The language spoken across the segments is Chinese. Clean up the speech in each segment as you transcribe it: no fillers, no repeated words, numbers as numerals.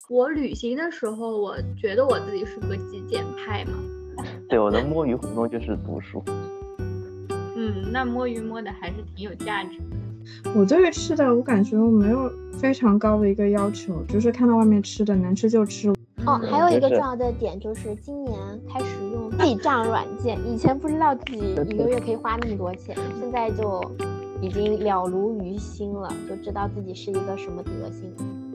我旅行的时候，我觉得我自己是个极简派嘛。 对，我的摸鱼活动就是读书。 那摸鱼摸的还是挺有价值的。 我对于吃的，我感觉我没有非常高的一个要求，就是看到外面吃的能吃就吃。 还有一个重要的点就是今年开始用记账软件，以前不知道自己一个月可以花那么多钱，现在就已经了如于心了，就知道自己是一个什么德行。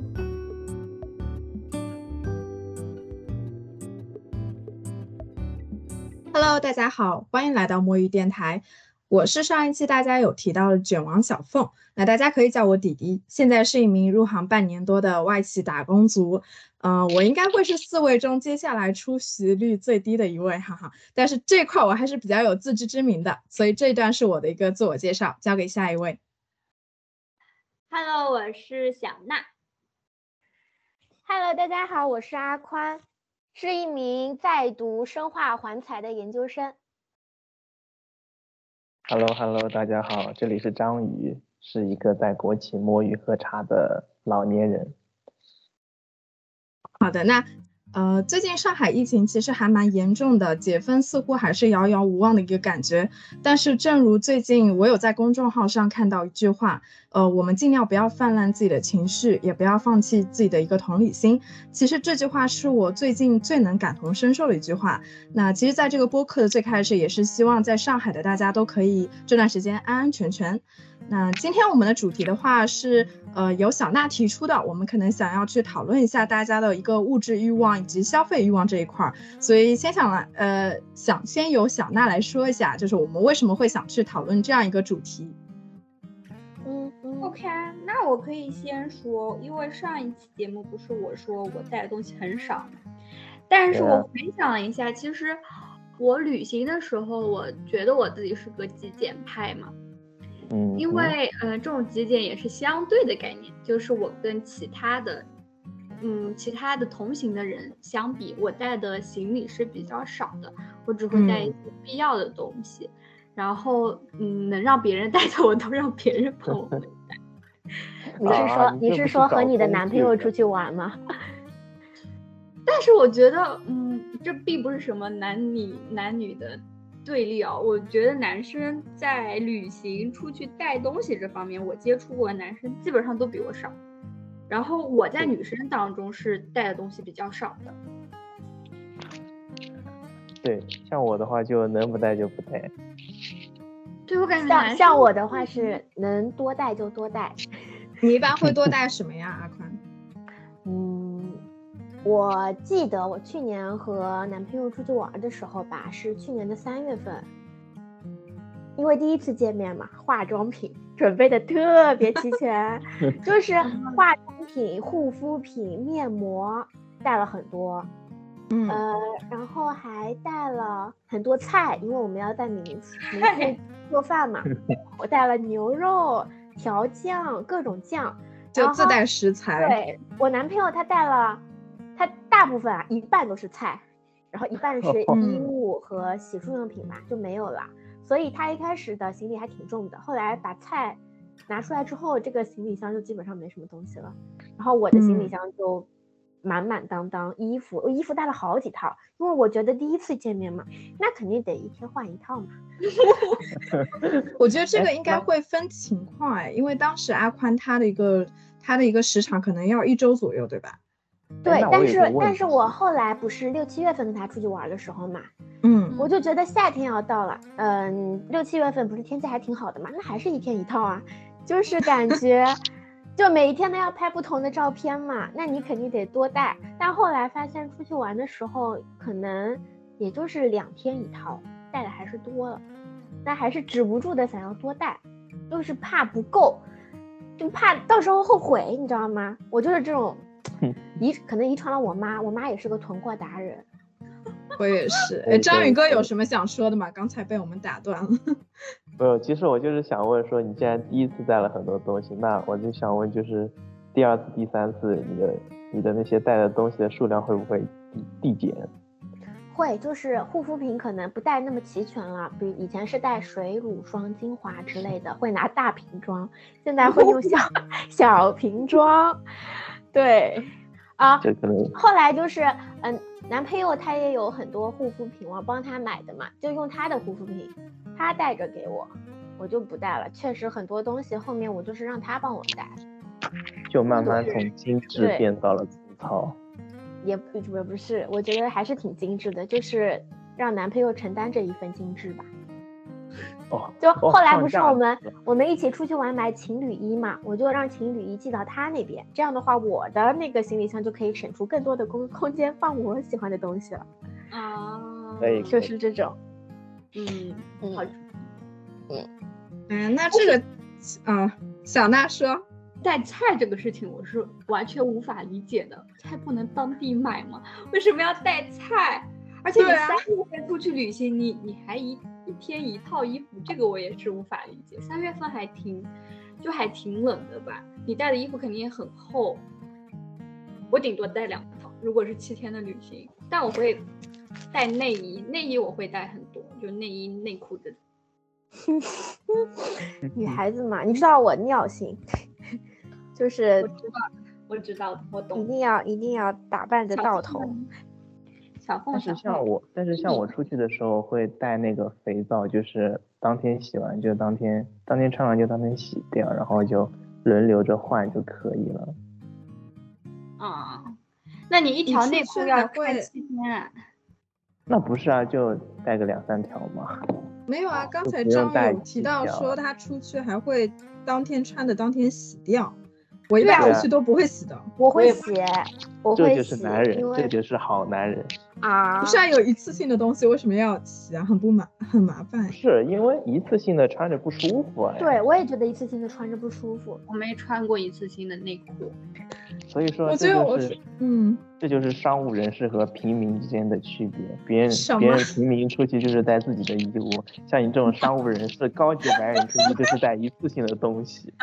Hello， 大家好，欢迎来到摸鱼电台。我是上一期大家有提到的卷王小凤，那大家可以叫我弟弟。现在是一名入行半年多的外企打工族，我应该会是4位中接下来出席率最低的一位，哈哈。但是这块我还是比较有自知之明的，所以这一段是我的一个自我介绍，交给下一位。 Hello， 我是小娜。 Hello， 大家好，我是阿宽，是一名在读生化环材的研究生。 Hello， 大家好，这里是张宇，是一个在国企摸鱼喝茶的老年人。 好的，那最近上海疫情其实还蛮严重的，解封似乎还是遥遥无望的一个感觉。但是正如最近我有在公众号上看到一句话，我们尽量不要泛滥自己的情绪，也不要放弃自己的一个同理心。其实这句话是我最近最能感同身受的一句话。那其实在这个播客的最开始也是希望在上海的大家都可以这段时间安安全全。那今天我们的主题的话是由小娜提出的，我们可能想要去讨论一下大家的一个物质欲望以及消费欲望这一块，所以想先由小娜来说一下，就是我们为什么会想去讨论这样一个主题。 OK， 那我可以先说，因为上一期节目不是我说我带的东西很少嘛，但是我回想了一下，其实我旅行的时候，我觉得我自己是个极简派嘛。因为这种极简也是相对的概念，就是我跟其他的同行的人相比，我带的行李是比较少的，我只会带一些必要的东西，然后能让别人带的我都让别人帮我们带。 你是说和你的男朋友出去玩吗？ 但是我觉得这并不是什么男女的对立啊，我觉得男生在旅行出去带东西这方面，我接触过的男生基本上都比我少，然后我在女生当中是带的东西比较少的。 对，像我的话就能不带就不带。 对，我感觉像我的话是能多带就多带。 你一般会多带什么呀，阿宽？ 我记得我去年和男朋友出去玩的时候吧，是去年的3月份，因为第一次见面嘛，化妆品准备的特别齐全，就是化妆品、护肤品、面膜带了很多，然后还带了很多菜，因为我们要在民宿做饭嘛，我带了牛肉、调酱、各种酱， 就自带食材。 对，我男朋友他带了。它大部分一半都是菜，然后一半是衣物和洗漱用品吧，就没有了。所以他一开始的行李还挺重的，后来把菜拿出来之后，这个行李箱就基本上没什么东西了。然后我的行李箱就满满当当，我衣服带了好几套，因为我觉得第一次见面嘛，那肯定得一天换一套嘛。 我觉得这个应该会分情况因为当时阿宽他的一个时长可能要1周左右，对吧？ 对，但是我后来不是6、7月份跟他出去玩的时候嘛，我就觉得夏天要到了，6、7月份不是天气还挺好的嘛，那还是一天一套啊，就是感觉就每一天都要拍不同的照片嘛，那你肯定得多带。但后来发现出去玩的时候可能也就是2天一套，带的还是多了，那还是止不住的想要多带，就是怕不够，就怕到时候后悔，你知道吗？我就是这种可能遗传了我妈也是个囤货达人。 我也是。张宇哥有什么想说的吗？刚才被我们打断了。 没有，其实我就是想问说，你既然第一次带了很多东西，那我就想问，就是第2次、第3次，你的那些带的东西的数量会不会递减？ 会，就是护肤品可能不带那么齐全了，比如以前是带水、乳霜、精华之类的，会拿大瓶装，现在会用小瓶装。对， 啊， 这可能后来就是男朋友他也有很多护肤品，我帮他买的嘛，就用他的护肤品，他带着给我，我就不带了。确实很多东西后面我就是让他帮我带， 就慢慢从精致变到了粗糙。 也不是，我觉得还是挺精致的，就是让男朋友承担这一份精致吧。就后来不是我们一起出去玩买情侣衣嘛，我就让情侣衣寄到他那边，这样的话我的那个行李箱就可以省出更多的空间放我喜欢的东西了啊， 就是这种。 好， 那这个小娜说带菜这个事情我是完全无法理解的，菜不能当地买吗？为什么要带菜？而且你3月份出去旅行，你还一天一套衣服，这个我也是无法理解。3月份还挺冷的吧？你带的衣服肯定也很厚，我顶多带2套。如果是7天的旅行，但我会带内衣我会带很多，就内衣内裤的。 女孩子嘛，你知道我尿性，就是我知道，我懂， 一定要打扮着到头。 但是像我出去的时候会带那个肥皂，就是当天洗完就当天穿完就当天洗掉，然后就轮流着换就可以了。 那你一条内裤要穿7天啊？ 那不是啊，就带个2-3条嘛。 没有啊，刚才张有提到说他出去还会当天穿的当天洗掉。我一般回去都不会洗的。 我会洗， 这就是男人，这就是好男人啊！ 不是有一次性的东西为什么要洗啊？很麻烦。 是因为一次性的穿着不舒服啊。 对，我也觉得一次性的穿着不舒服。 我没穿过一次性的内裤， 所以说这就是商务人士和平民之间的区别。别人平民出去就是带自己的衣物，像你这种商务人士、高级白人出去就是带一次性的东西。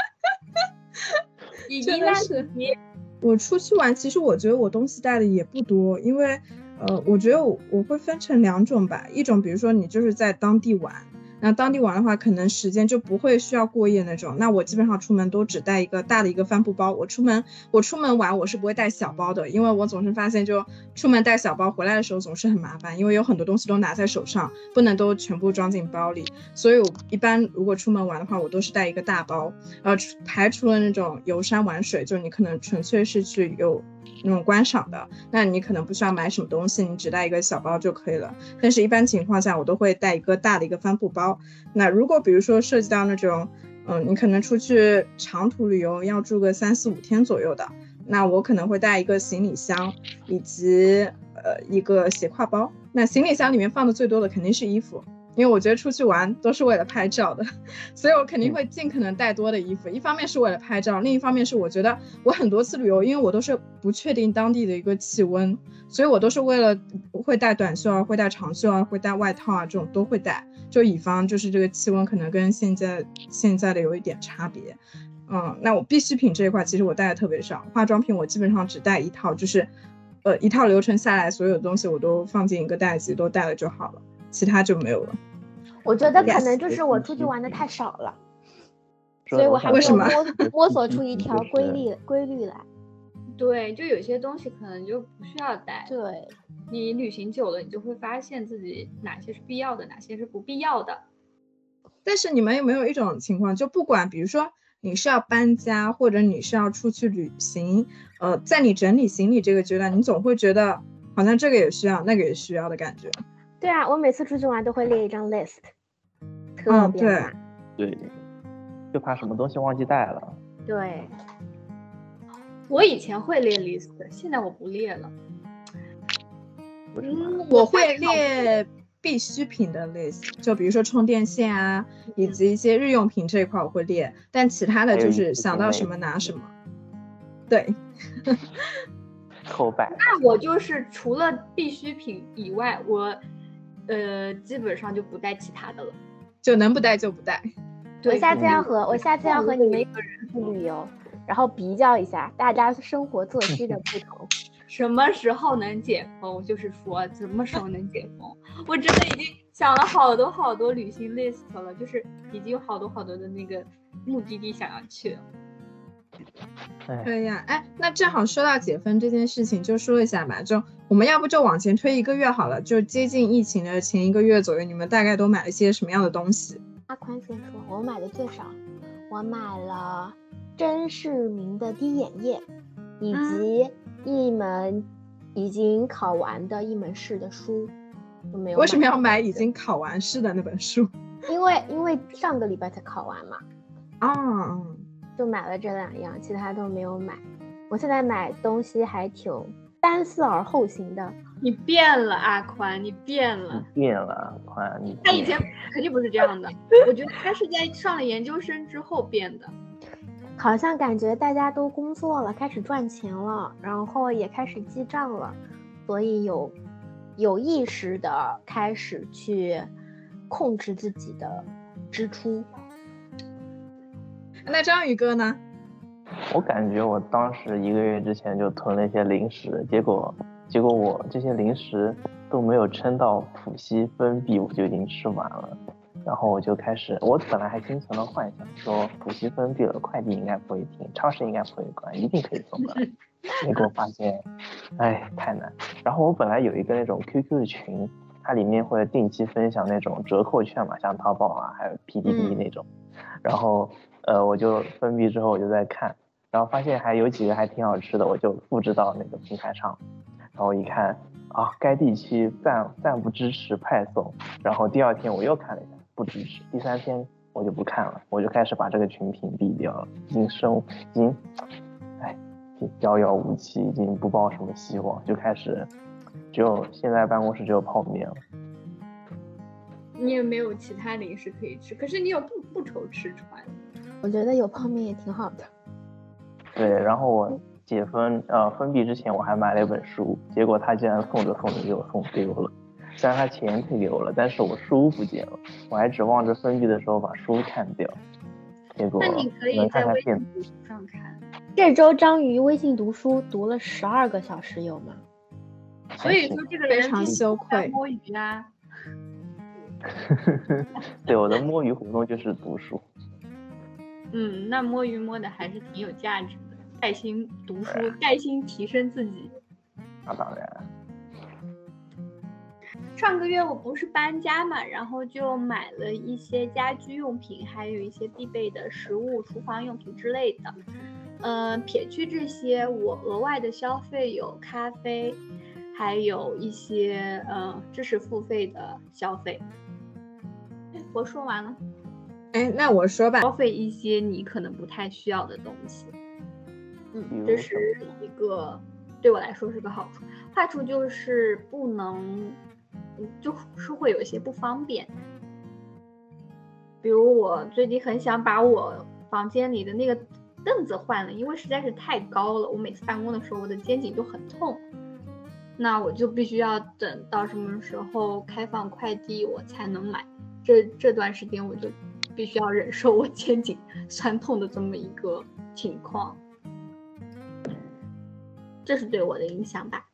真的是，我出去玩，其实我觉得我东西带的也不多，因为我觉得我会分成2种吧，一种比如说你就是在当地玩，那当地玩的话可能时间就不会需要过夜那种，那我基本上出门都只带一个大的一个帆布包。我出门玩我是不会带小包的，因为我总是发现就出门带小包回来的时候总是很麻烦，因为有很多东西都拿在手上，不能都全部装进包里，所以我一般如果出门玩的话我都是带一个大包，排除了那种游山玩水，就你可能纯粹是去有那种观赏的，那你可能不需要买什么东西，你只带一个小包就可以了。但是一般情况下我都会带一个大的一个帆布包。那如果比如说涉及到那种你可能出去长途旅游要住个3-4-5天左右的，那我可能会带一个行李箱以及一个斜挎包。那行李箱里面放的最多的肯定是衣服，因为我觉得出去玩都是为了拍照的，所以我肯定会尽可能带多的衣服。一方面是为了拍照，另一方面是我觉得我很多次旅游，因为我都是不确定当地的一个气温，所以我都是为了会带短袖啊，会带长袖啊，会带外套啊，这种都会带，就以防就是这个气温可能跟现在的有一点差别。那我必需品这一块其实我带的特别少，化妆品我基本上只带一套，就是一套流程下来所有的东西我都放进一个袋子都带了就好了，其他就没有了。 我觉得可能就是我出去玩的太少了，所以我还没有摸索出一条规律来。 对，就有些东西可能就不需要带。 对， 你旅行久了，你就会发现自己哪些是必要的，哪些是不必要的。 但是你们有没有一种情况，就不管比如说你是要搬家，或者你是要出去旅行，在你整理行李这个阶段，你总会觉得好像这个也需要，那个也需要的感觉。 对啊，我每次出去玩都会列一张 list， 特别慢。 对，就怕什么东西忘记带了。 对， 我以前会列 list， 现在我不列了。 我会列必需品的 list， 就比如说充电线啊，以及一些日用品这一块我会列，但其他的就是想到什么拿什么。对。 扣摆。 那我就是除了必需品以外，我基本上就不带其他的了， 就能不带就不带。 我下次要和你们一个人去旅游，然后比较一下大家生活作息的不同。 什么时候能解封？就是说什么时候能解封？我真的已经想了好多旅行 list 了，就是已经有好多的那个目的地想要去了。 可以呀，哎，那正好说到解封这件事情，就说一下吧。就我们要不就往前推1个月好了，就接近疫情的前1个月左右，你们大概都买了些什么样的东西？ 阿宽先说，我买的最少，我买了甄士明的滴眼液，以及一门已经考完的一门试的书，都没有。 为什么要买已经考完试的那本书？ 因为上个礼拜才考完嘛。就买了这2样，其他都没有买。我现在买东西还挺三思而后行的。 你变了，阿宽，你变了。 你变了，阿宽，你变了。 他以前肯定不是这样的，我觉得他是在上了研究生之后变的。 好像感觉大家都工作了，开始赚钱了，然后也开始记账了，所以有意识的开始去控制自己的支出。 那章鱼哥呢？ 我感觉我当时1个月之前就囤了一些零食，结果我这些零食都没有撑到浦西封闭，我就已经吃完了。然后我就开始，我本来还心存了幻想，说浦西封闭了，快递应该不会停，超市应该不会关，一定可以送的。结果发现，太难。然后我本来有一个那种 QQ 的群，它里面会定期分享那种折扣券嘛，像淘宝啊，还有 PDD 那种。然后我就封闭之后我就在看，然后发现还有几个还挺好吃的，我就复制到那个平台上，然后一看啊，该地区暂不支持派送，然后第2天我又看了一下，不支持，第3天我就不看了，我就开始把这个群屏蔽掉了，已经遥遥无期，已经不抱什么希望，就开始现在办公室只有泡面了。 你也没有其他零食可以吃，可是你有不愁吃穿。 我觉得有泡面也挺好的。 对，然后我封闭之前我还买了一本书，结果他竟然送着给我送丢了。虽然他钱退给我了，但是我书不见了，我还指望着封闭的时候把书看掉，结果那你可以在微信读书上看。 这周章鱼微信读书读了12个小时有吗？ 所以说这个人非常羞愧。 摸鱼啊。 对，我的摸鱼活动就是读书。 那摸鱼摸的还是挺有价值的，带薪读书，带薪提升自己。 那当然。 上个月我不是搬家嘛，然后就买了一些家居用品，还有一些必备的食物、厨房用品之类的。撇去这些，我额外的消费有咖啡，还有一些知识付费的消费。我说完了。 那我说吧， 消费一些你可能不太需要的东西。这是一个对我来说是个好处，坏处就是不能，就是会有一些不方便。比如我最近很想把我房间里的那个凳子换了，因为实在是太高了，我每次办公的时候我的肩颈就很痛，那我就必须要等到什么时候开放快递我才能买。这段时间我就必须要忍受我肩颈酸痛的这么一个情况，这是对我的影响吧。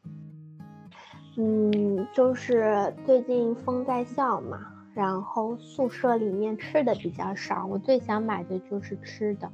就是最近风在笑嘛，然后宿舍里面吃的比较少，我最想买的就是吃的，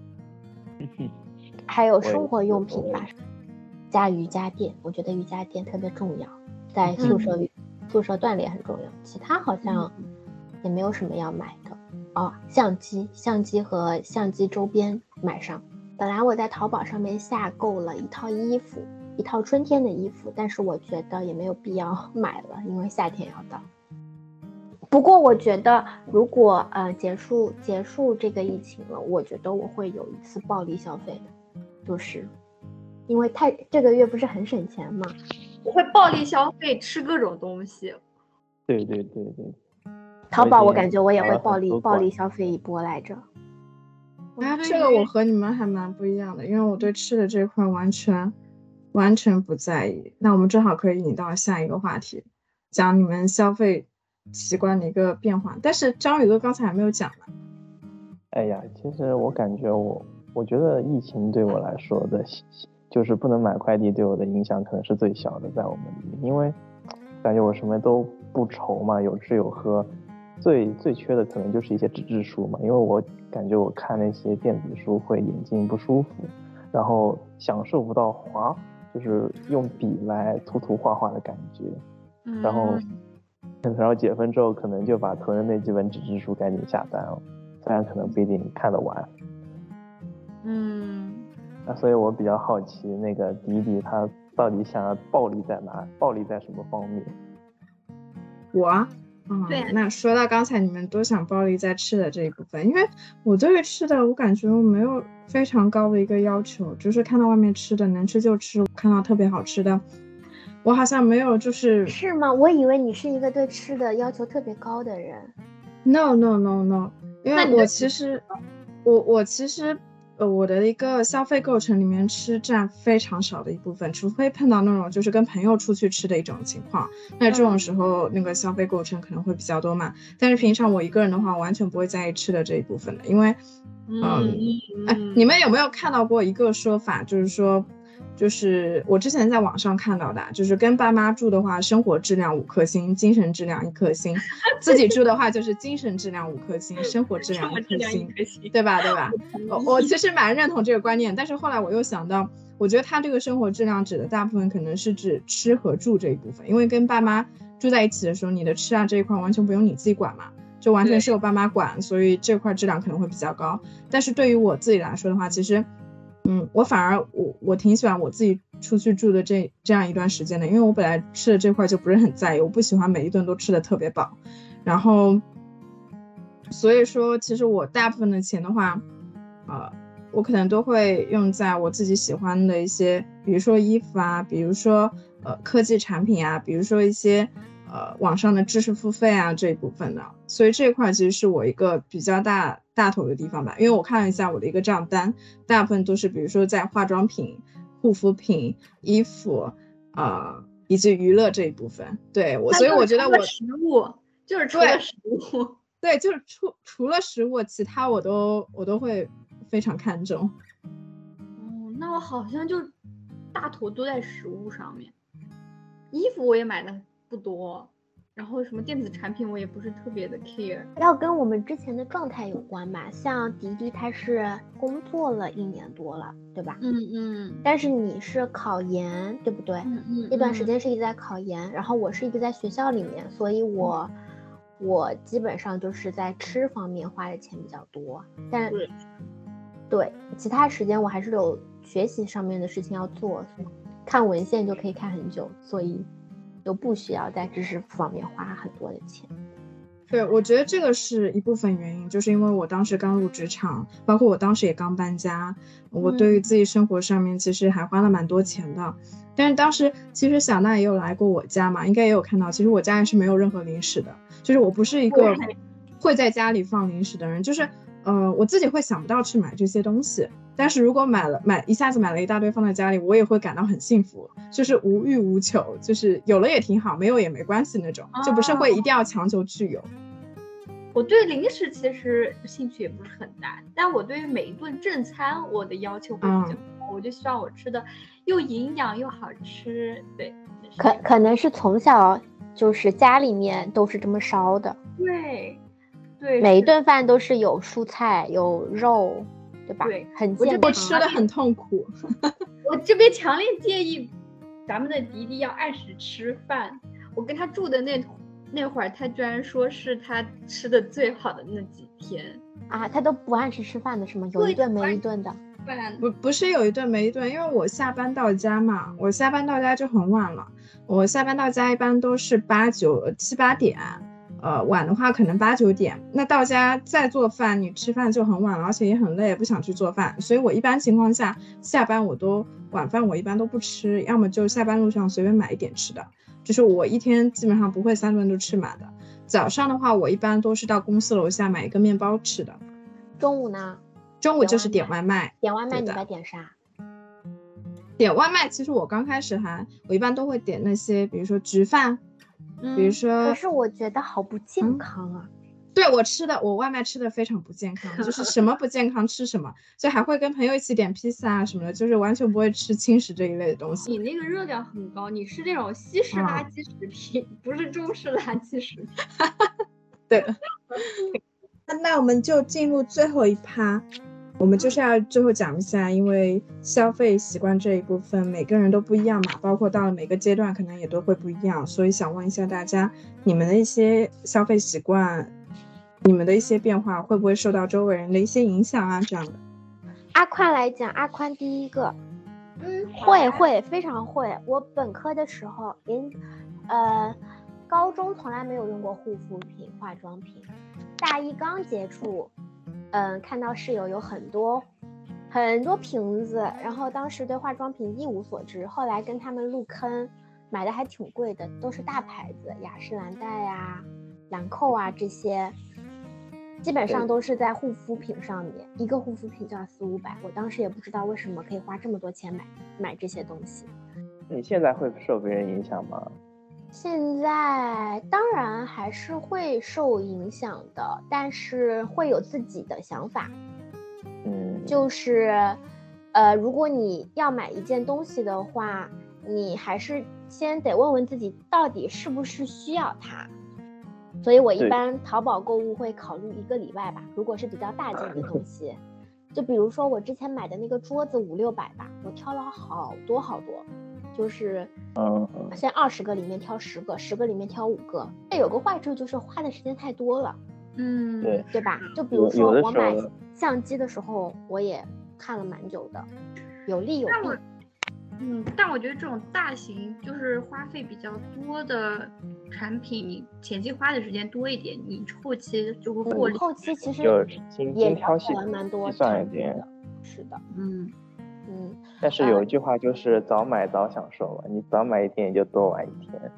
还有生活用品吧，加瑜伽垫，我觉得瑜伽垫特别重要，在宿舍锻炼很重要，其他好像也没有什么要买的。相机和相机周边买上。本来我在淘宝上面下购了一套衣服，一套春天的衣服，但是我觉得也没有必要买了，因为夏天要到。不过我觉得如果结束这个疫情了，我觉得我会有一次暴力消费的，就是因为这个月不是很省钱嘛， 我会暴力消费，吃各种东西。 对。 淘宝我感觉我也会暴力消费一波来着。 这个我和你们还蛮不一样的，因为我对吃的这块完全不在意。那我们正好可以引到下一个话题，讲你们消费习惯的一个变化。但是章鱼哥刚才还没有讲呢。 哎呀，其实我感觉我觉得疫情对我来说的，就是不能买快递对我的影响可能是最小的，在我们里面，因为感觉我什么都不愁嘛，有吃有喝。最缺的可能就是一些纸质书嘛，因为我感觉我看那些电子书会眼睛不舒服， 然后享受不到就是用笔来涂画画的感觉，然后解封之后可能就把囤的那几本纸质书赶紧下单了，虽然可能不一定看得完。所以我比较好奇那个迪迪他到底想要暴力在哪，暴力在什么方面。 对，那说到刚才你们都想暴力在吃的这一部分，因为我对于吃的我感觉我没有非常高的一个要求，就是看到外面吃的能吃就吃，看到特别好吃的我好像没有。是吗？我以为你是一个对吃的要求特别高的人。 No， 因为我其实我的一个消费构成里面吃占非常少的一部分，除非碰到那种就是跟朋友出去吃的一种情况，那这种时候那个消费构成可能会比较多嘛。但是平常我一个人的话，完全不会在意吃的这一部分的，因为你们有没有看到过一个说法，就是我之前在网上看到的，就是跟爸妈住的话，生活质量5颗星，精神质量1颗星；自己住的话，就是精神质量5颗星，生活质量1颗星，对吧？我其实蛮认同这个观念，但是后来我又想到，我觉得他这个生活质量指的大部分可能是指吃和住这一部分，因为跟爸妈住在一起的时候，你的吃这一块完全不用你自己管嘛，就完全是由爸妈管，所以这块质量可能会比较高。但是对于我自己来说的话，其实我反而我挺喜欢我自己出去住的这样一段时间的，因为我本来吃的这块就不是很在意，我不喜欢每一顿都吃的特别饱，然后所以说其实我大部分的钱的话我可能都会用在我自己喜欢的一些，比如说衣服啊，比如说科技产品啊，比如说一些网上的知识付费啊这一部分的，所以这一块其实是我一个比较大头的地方吧。因为我看了一下我的一个账单，大部分都是比如说在化妆品、护肤品、衣服以及娱乐这一部分。对，所以我觉得食物就是除了食物， 对，就是除了食物，其他我都会非常看重。 那我好像就大头都在食物上面，衣服我也买的不多，然后什么电子产品我也不是特别的 care。 要跟我们之前的状态有关吧，像迪迪他是工作了1年多了，对吧？但是你是考研，对不对？那段时间是一直在考研，然后我是一直在学校里面，所以我基本上就是在吃方面花的钱比较多，但对其他时间我还是有学习上面的事情要做，看文献就可以看很久，所以就不需要在知识方面花很多的钱。 对，我觉得这个是一部分原因，就是因为我当时刚入职场，包括我当时也刚搬家，我对于自己生活上面其实还花了蛮多钱的。但是当时其实小娜也有来过我家嘛，应该也有看到，其实我家也是没有任何零食的，就是我不是一个会在家里放零食的人，就是我自己会想不到去买这些东西，但是如果一下子买了一大堆放在家里，我也会感到很幸福，就是无欲无求，就是有了也挺好，没有也没关系那种，就不是会一定要强求去有。 我对零食其实兴趣也不是很大，但我对于每一顿正餐我的要求会比较高，我就希望我吃的又营养又好吃。对， 可能是从小就是家里面都是这么烧的。 对， 每一顿饭都是有蔬菜有肉，对吧？ 对， 很健康， 我吃的很痛苦。 我这边强烈建议咱们的迪迪要按时吃饭。我跟他住的那会儿，他居然说是他吃的最好的那几天啊！他都不按时吃饭的是吗？有一顿没一顿的？ 不是有一顿没一顿，因为我下班到家嘛，我下班到家就很晚了。我下班到家一般都是7、8点，晚的话可能8、9点。那到家再做饭，你吃饭就很晚了，而且也很累，不想去做饭。所以我一般情况下下班晚饭我一般都不吃，要么就下班路上随便买一点吃的。就是我一天基本上不会3顿都吃满的。早上的话，我一般都是到公司楼下买一个面包吃的。 中午呢？ 中午就是点外卖。 点外卖你在点啥？ 点外卖，其实我刚开始我一般都会点那些，比如说焗饭，比如说。 可是我觉得好不健康啊。 对，我外卖吃的非常不健康，就是什么不健康吃什么，就还会跟朋友一起点披萨啊什么的，就是完全不会吃轻食这一类的东西。 你那个热量很高，你是那种西式垃圾食品，不是中式垃圾食品。 对。那我们就进入最后一趴， 我们就是要最后讲一下，因为消费习惯这一部分每个人都不一样嘛，包括到了每个阶段可能也都会不一样，所以想问一下大家，你们的一些消费习惯，你们的一些变化会不会受到周围人的一些影响啊？这样的。 阿宽来讲，阿宽第一个，会非常会。我本科的时候，高中从来没有用过护肤品、化妆品，大一刚接触。看到室友有很多瓶子，然后当时对化妆品一无所知，后来跟他们入坑，买的还挺贵的，都是大牌子，雅诗兰黛啊、兰蔻啊这些，基本上都是在护肤品上面，一个护肤品就要400-500，我当时也不知道为什么可以花这么多钱买这些东西。 你现在会受别人影响吗？ 现在当然还是会受影响的，但是会有自己的想法。就是如果你要买一件东西的话，你还是先得问问自己到底是不是需要它。所以我一般淘宝购物会考虑1个礼拜吧，如果是比较大件的东西，就比如说我之前买的那个桌子500-600吧，我挑了好多，就是先20个里面挑10个，10个里面挑5个。这有个坏处就是花的时间太多了，对吧？就比如说我买相机的时候，我也看了蛮久的，有利有弊。 但我觉得这种大型就是花费比较多的产品，你前期花的时间多一点，你后期就会获利。 后期其实也挑细蛮多算一点。 是的， 但是有一句话就是早买早享受嘛，你早买一天也就多玩一天。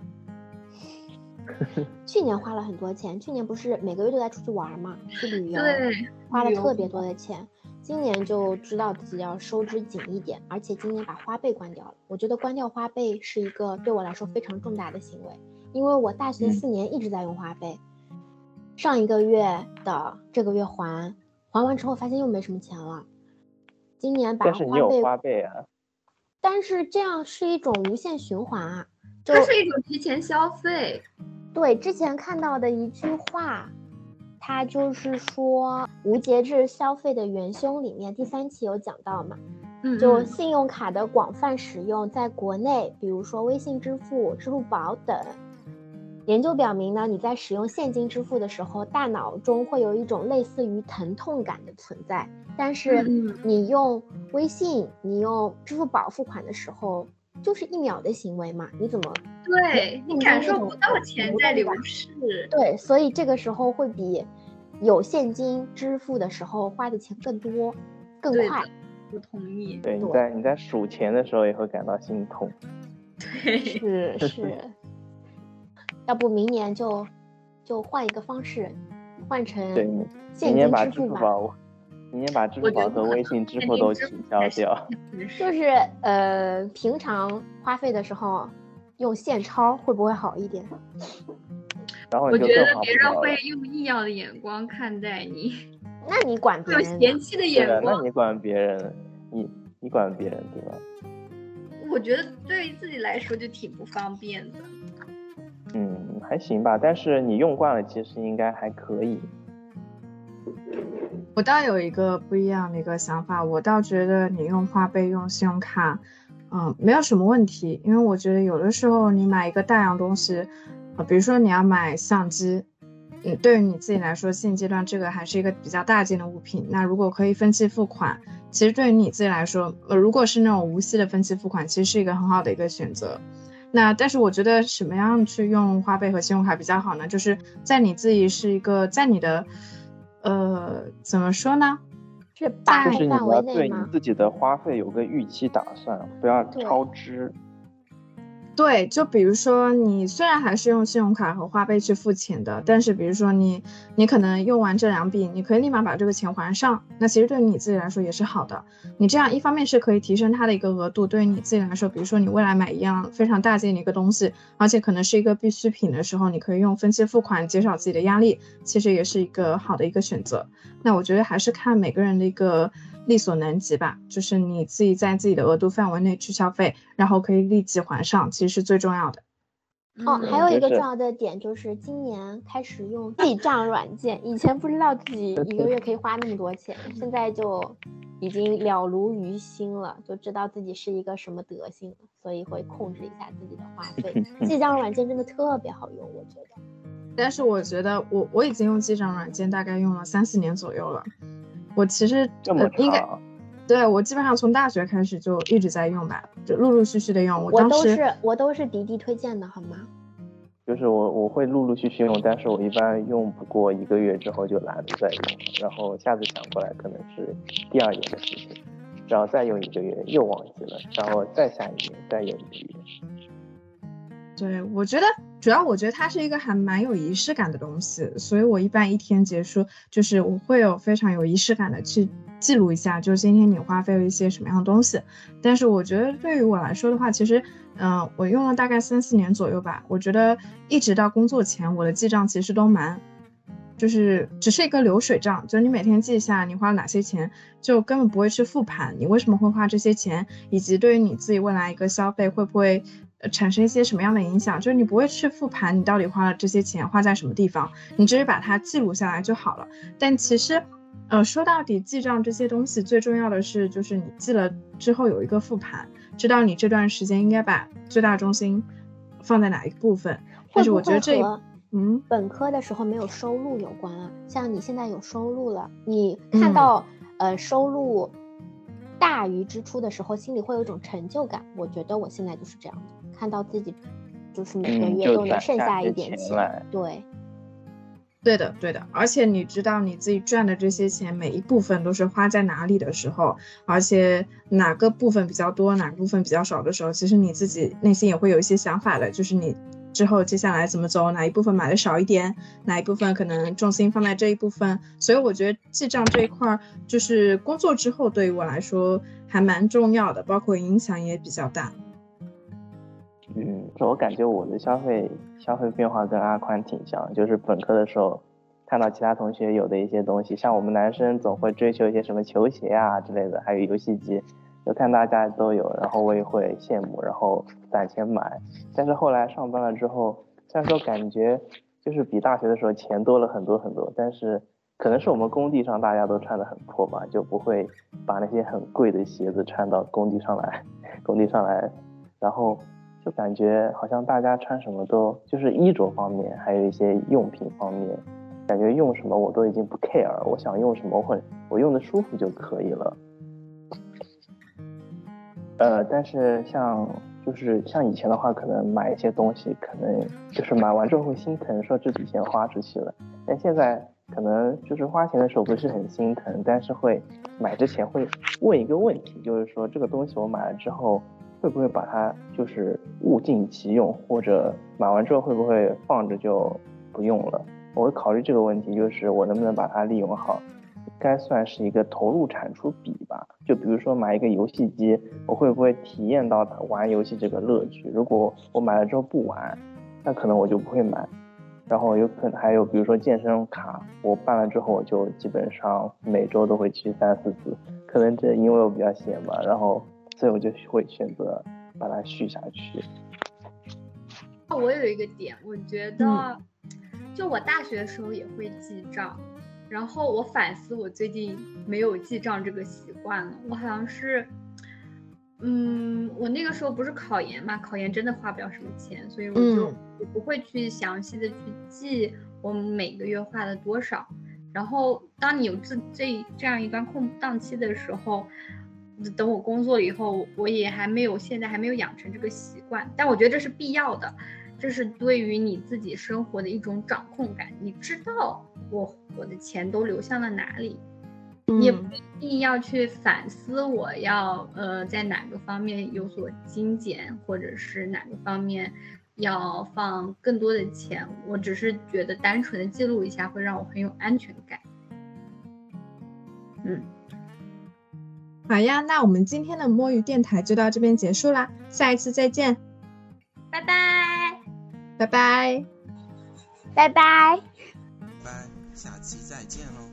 去年花了很多钱，去年不是每个月都在出去玩嘛，去旅游， 对， 花了特别多的钱。今年就知道自己要收支紧一点，而且今年把花呗关掉了。我觉得关掉花呗是一个对我来说非常重大的行为，因为我大学4年一直在用花呗，上一个月的这个月还完之后发现又没什么钱了。今年把但是你有花呗啊。 但是这样是一种无限循环啊， 这是一种提前消费。 对，之前看到的一句话，它就是说无节制消费的元凶里面第3期有讲到嘛，就信用卡的广泛使用在国内，比如说微信支付、支付宝等，研究表明呢，你在使用现金支付的时候，大脑中会有一种类似于疼痛感的存在，但是你用微信、你用支付宝付款的时候，就是1秒的行为嘛，你怎么你感受不到钱在流逝？ 对，所以这个时候会比有现金支付的时候花的钱更多、更快。 我同意。 对，你在数钱的时候也会感到心痛。 对， 是。要不明年就换一个方式，换成现金支付吧。 明年把支付宝和微信支付都取消掉。 就是平常花费的时候用现钞会不会好一点？ 然后我觉得别人会用异样的眼光看待你。 那你管别人？ 有嫌弃的眼光。 那你管别人？你管别人对吧？ 我觉得对于自己来说就挺不方便的。 还行吧，但是你用惯了，其实应该还可以。 我倒有一个不一样的一个想法，我倒觉得你用花呗、用信用卡，没有什么问题，因为我觉得有的时候你买一个大样东西，比如说你要买相机，对于你自己来说，现阶段这个还是一个比较大件的物品，那如果可以分期付款，其实对于你自己来说，如果是那种无息的分期付款，其实是一个很好的一个选择。那但是我觉得什么样去用花呗和信用卡比较好呢？就是在你自己是一个在你的怎么说呢？ 是把就是你要对你自己的花费有个预期打算，不要超支。 对，就比如说你虽然还是用信用卡和花呗去付钱的，但是比如说你可能用完这2笔，你可以立马把这个钱还上，那其实对于你自己来说也是好的。你这样一方面是可以提升它的一个额度，对于你自己来说，比如说你未来买一样非常大件的一个东西，而且可能是一个必需品的时候，你可以用分期付款减少自己的压力，其实也是一个好的一个选择。那我觉得还是看每个人的一个力所能及吧，就是你自己在自己的额度范围内去消费，然后可以立即还上，其实是最重要的。 还有一个重要的点就是今年开始用记账软件，以前不知道自己一个月可以花那么多钱，现在就已经了如于心了，就知道自己是一个什么德行了，所以会控制一下自己的花费。记账软件真的特别好用，我觉得。 但是我觉得我已经用记账软件大概用了3-4年左右了，我其实应该对我基本上从大学开始就一直在用吧，就陆陆续续的用。 我都是迪迪推荐的，好吗？ 就是我会陆陆续续用，但是我一般用不过1个月之后就懒得再用，然后下次想过来可能是第2年的事情，然后再用1个月又忘记了，然后再下1年再用1个月。 对，我觉得主要我觉得它是一个还蛮有仪式感的东西，所以我一般一天结束就是我会有非常有仪式感的去记录一下，就是今天你花费了一些什么样的东西。但是我觉得对于我来说的话，其实我用了大概3-4年左右吧，我觉得一直到工作前我的记账其实都就是只是一个流水账，就你每天记一下你花了哪些钱，就根本不会去复盘你为什么会花这些钱，以及对于你自己未来一个消费会不会产生一些什么样的影响，就是你不会去复盘你到底花了这些钱花在什么地方，你只是把它记录下来就好了。但其实说到底记账这些东西最重要的是就是你记了之后有一个复盘，知道你这段时间应该把最大重心放在哪一个部分。但是我觉得这本科的时候没有收入有关啊，像你现在有收入了，你看到收入大于支出的时候心里会有一种成就感，我觉得我现在就是这样的，看到自己就是每个月都能剩下一点钱。 对的，而且你知道你自己赚的这些钱每一部分都是花在哪里的时候，而且哪个部分比较多哪个部分比较少的时候，其实你自己内心也会有一些想法的，就是你之后接下来怎么走，哪一部分买的少一点，哪一部分可能重心放在这一部分。所以我觉得记账这一块就是工作之后对于我来说还蛮重要的，包括影响也比较大。 我感觉我的消费变化跟阿宽挺像，就是本科的时候看到其他同学有的一些东西，像我们男生总会追求一些什么球鞋啊之类的，还有游戏机，就看大家都有，然后我也会羡慕，然后攒钱买。但是后来上班了之后，虽然说感觉就是比大学的时候钱多了很多很多，但是可能是我们工地上大家都穿得很破吧，就不会把那些很贵的鞋子穿到工地上来，然后就感觉好像大家穿什么都就是衣着方面还有一些用品方面，感觉用什么我都已经不 care 了，我想用什么我用的舒服就可以了。但是像以前的话，可能买一些东西可能就是买完之后会心疼，说这笔钱花出去了。但现在可能就是花钱的时候不是很心疼，但是会买之前会问一个问题，就是说这个东西我买了之后会不会把它就是物尽其用，或者买完之后会不会放着就不用了。我会考虑这个问题，就是我能不能把它利用好，该算是一个投入产出比吧。就比如说买一个游戏机，我会不会体验到玩游戏这个乐趣，如果我买了之后不玩，那可能我就不会买。然后有可能还有比如说健身卡，我办了之后我就基本上每周都会去3-4次，可能这因为我比较闲吧，然后所以我就会选择把它续下去。 我有一个点，我觉得就我大学的时候也会记账，然后我反思我最近没有记账这个习惯了。我好像是我那个时候不是考研嘛，考研真的花不了什么钱，所以我就不会去详细的去记我每个月花了多少。然后当你有这样一段空档期的时候，等我工作了以后，我也现在还没有养成这个习惯，但我觉得这是必要的，这是对于你自己生活的一种掌控感，你知道我的钱都流向了哪里，你也不一定要去反思我要在哪个方面有所精简，或者是哪个方面要放更多的钱，我只是觉得单纯的记录一下会让我很有安全感。 好呀，那我们今天的摸鱼电台就到这边结束啦，下一次再见， 拜拜， 拜拜， 拜拜， 下期再见喽。